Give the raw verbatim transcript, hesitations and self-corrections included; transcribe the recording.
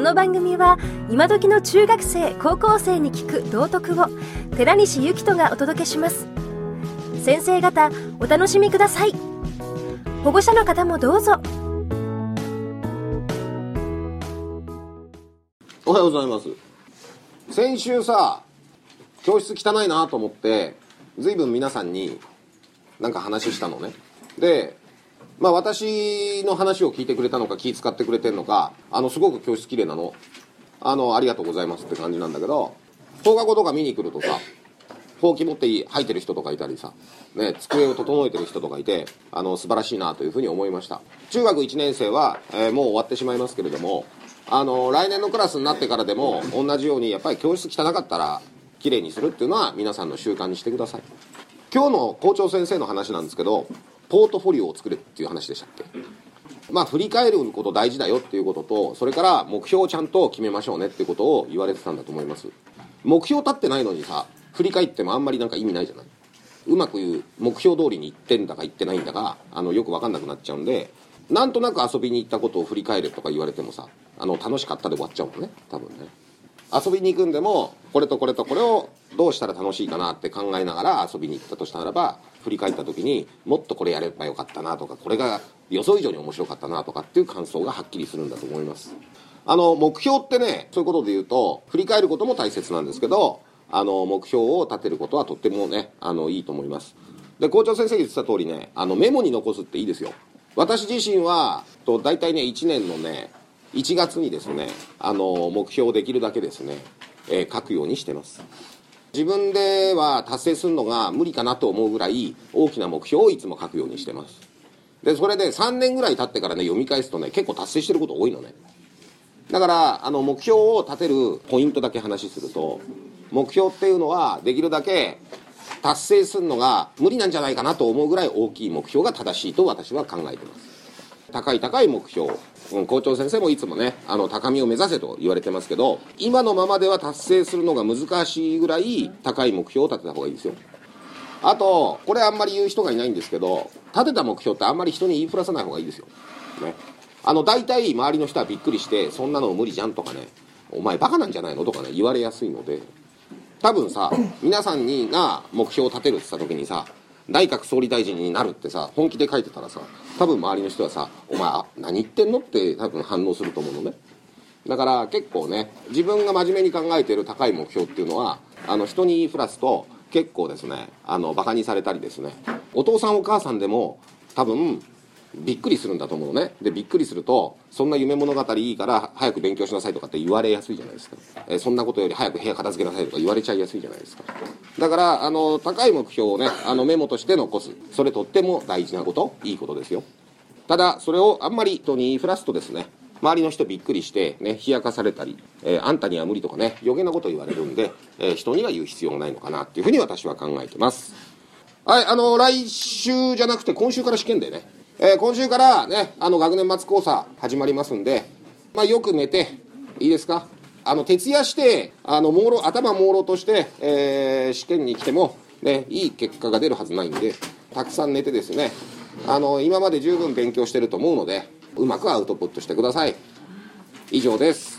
の番組は今時の中学生高校生に聞く道徳を寺西幸人がお届けします。先生方お楽しみください。保護者の方もどうぞ。 おはようございます。先週さ、教室汚いなと思って随分皆さんになんか話したのね。でまあ私の話を聞いてくれたのか気使ってくれてんのか、あのすごく教室綺麗なのあのありがとうございますって感じなんだけど、放課後とか見に来るとさ、ほうき持って吐いてる人とかいたりさ、ね、机を整えてる人とかいて、あの素晴らしいなというふうに思いました。中学いちねん生は、えー、もう終わってしまいますけれども、あの来年のクラスになってからでも同じようにやっぱり教室汚かったらきれいにするっていうのは皆さんの習慣にしてください。今日の校長先生の話なんですけど、ポートフォリオを作れっていう話でしたっけ。まあ振り返ること大事だよっていうことと、それから目標をちゃんと決めましょうねっていうことを言われてたんだと思います。目標立ってないのにさ、振り返ってもあんまりなんか意味ないじゃない。うまく言う目標通りに行ってんだか行ってないんだか、あのよく分かんなくなっちゃうんで、なんとなく遊びに行ったことを振り返れとか言われてもさ、あの楽しかったで終わっちゃうのね、多分ね。遊びに行くんでもこれとこれとこれをどうしたら楽しいかなって考えながら遊びに行ったとしたならば、振り返った時にもっとこれやればよかったなとか、これが予想以上に面白かったなとかっていう感想がはっきりするんだと思います。あの目標ってね、そういうことで言うと振り返ることも大切なんですけど、あの目標を立てることはとってもね、あのいいと思います。で校長先生が言ってた通りね、あのメモに残すっていいですよ。私自身はと大体ねいちねんのねいちがつにですね、あの目標をできるだけですね、えー、書くようにしてます。自分では達成するのが無理かなと思うぐらい大きな目標をいつも書くようにしてます。でそれでさんねんぐらい経ってからね読み返すとね、結構達成してること多いのね。だからあの目標を立てるポイントだけ話すると、目標っていうのはできるだけ達成するのが無理なんじゃないかなと思うぐらい大きい目標が正しいと私は考えてます。高い高い目標、うん、校長先生もいつもね、あの高みを目指せと言われてますけど、今のままでは達成するのが難しいぐらい高い目標を立てた方がいいですよ。あとこれあんまり言う人がいないんですけど、立てた目標ってあんまり人に言いふらさない方がいいですよ、ね、あの大体周りの人はびっくりして、そんなの無理じゃんとかね、お前バカなんじゃないのとかね言われやすいので、多分さ、皆さんにが目標を立てるって言った時にさ、内閣総理大臣になるってさ本気で書いてたらさ、多分周りの人はさ、お前何言ってんのって多分反応すると思うのね。だから結構ね、自分が真面目に考えている高い目標っていうのは、あの人に言いふらすと結構ですね、あのバカにされたりですね、お父さんお母さんでも多分びっくりするんだと思うのね。でびっくりすると、そんな夢物語いいから早く勉強しなさいとかって言われやすいじゃないですか、えー、そんなことより早く部屋片付けなさいとか言われちゃいやすいじゃないですか。だからあの高い目標をね、あのメモとして残す、それとっても大事なこと、いいことですよ。ただそれをあんまり人に言いふらすとですね、周りの人びっくりしてね、冷やかされたり、えー、あんたには無理とかね、余計なこと言われるんで、えー、人には言う必要がないのかなっていうふうに私は考えてます。はい、あの来週じゃなくて今週から試験でね、えー、今週からね、あの学年末考査始まりますんで、まあ、よく寝ていいですか、あの徹夜してあの朦朧頭朦朧として、えー、試験に来ても、ね、いい結果が出るはずないんで、たくさん寝てですね、あの今まで十分勉強してると思うので、うまくアウトプットしてください。以上です。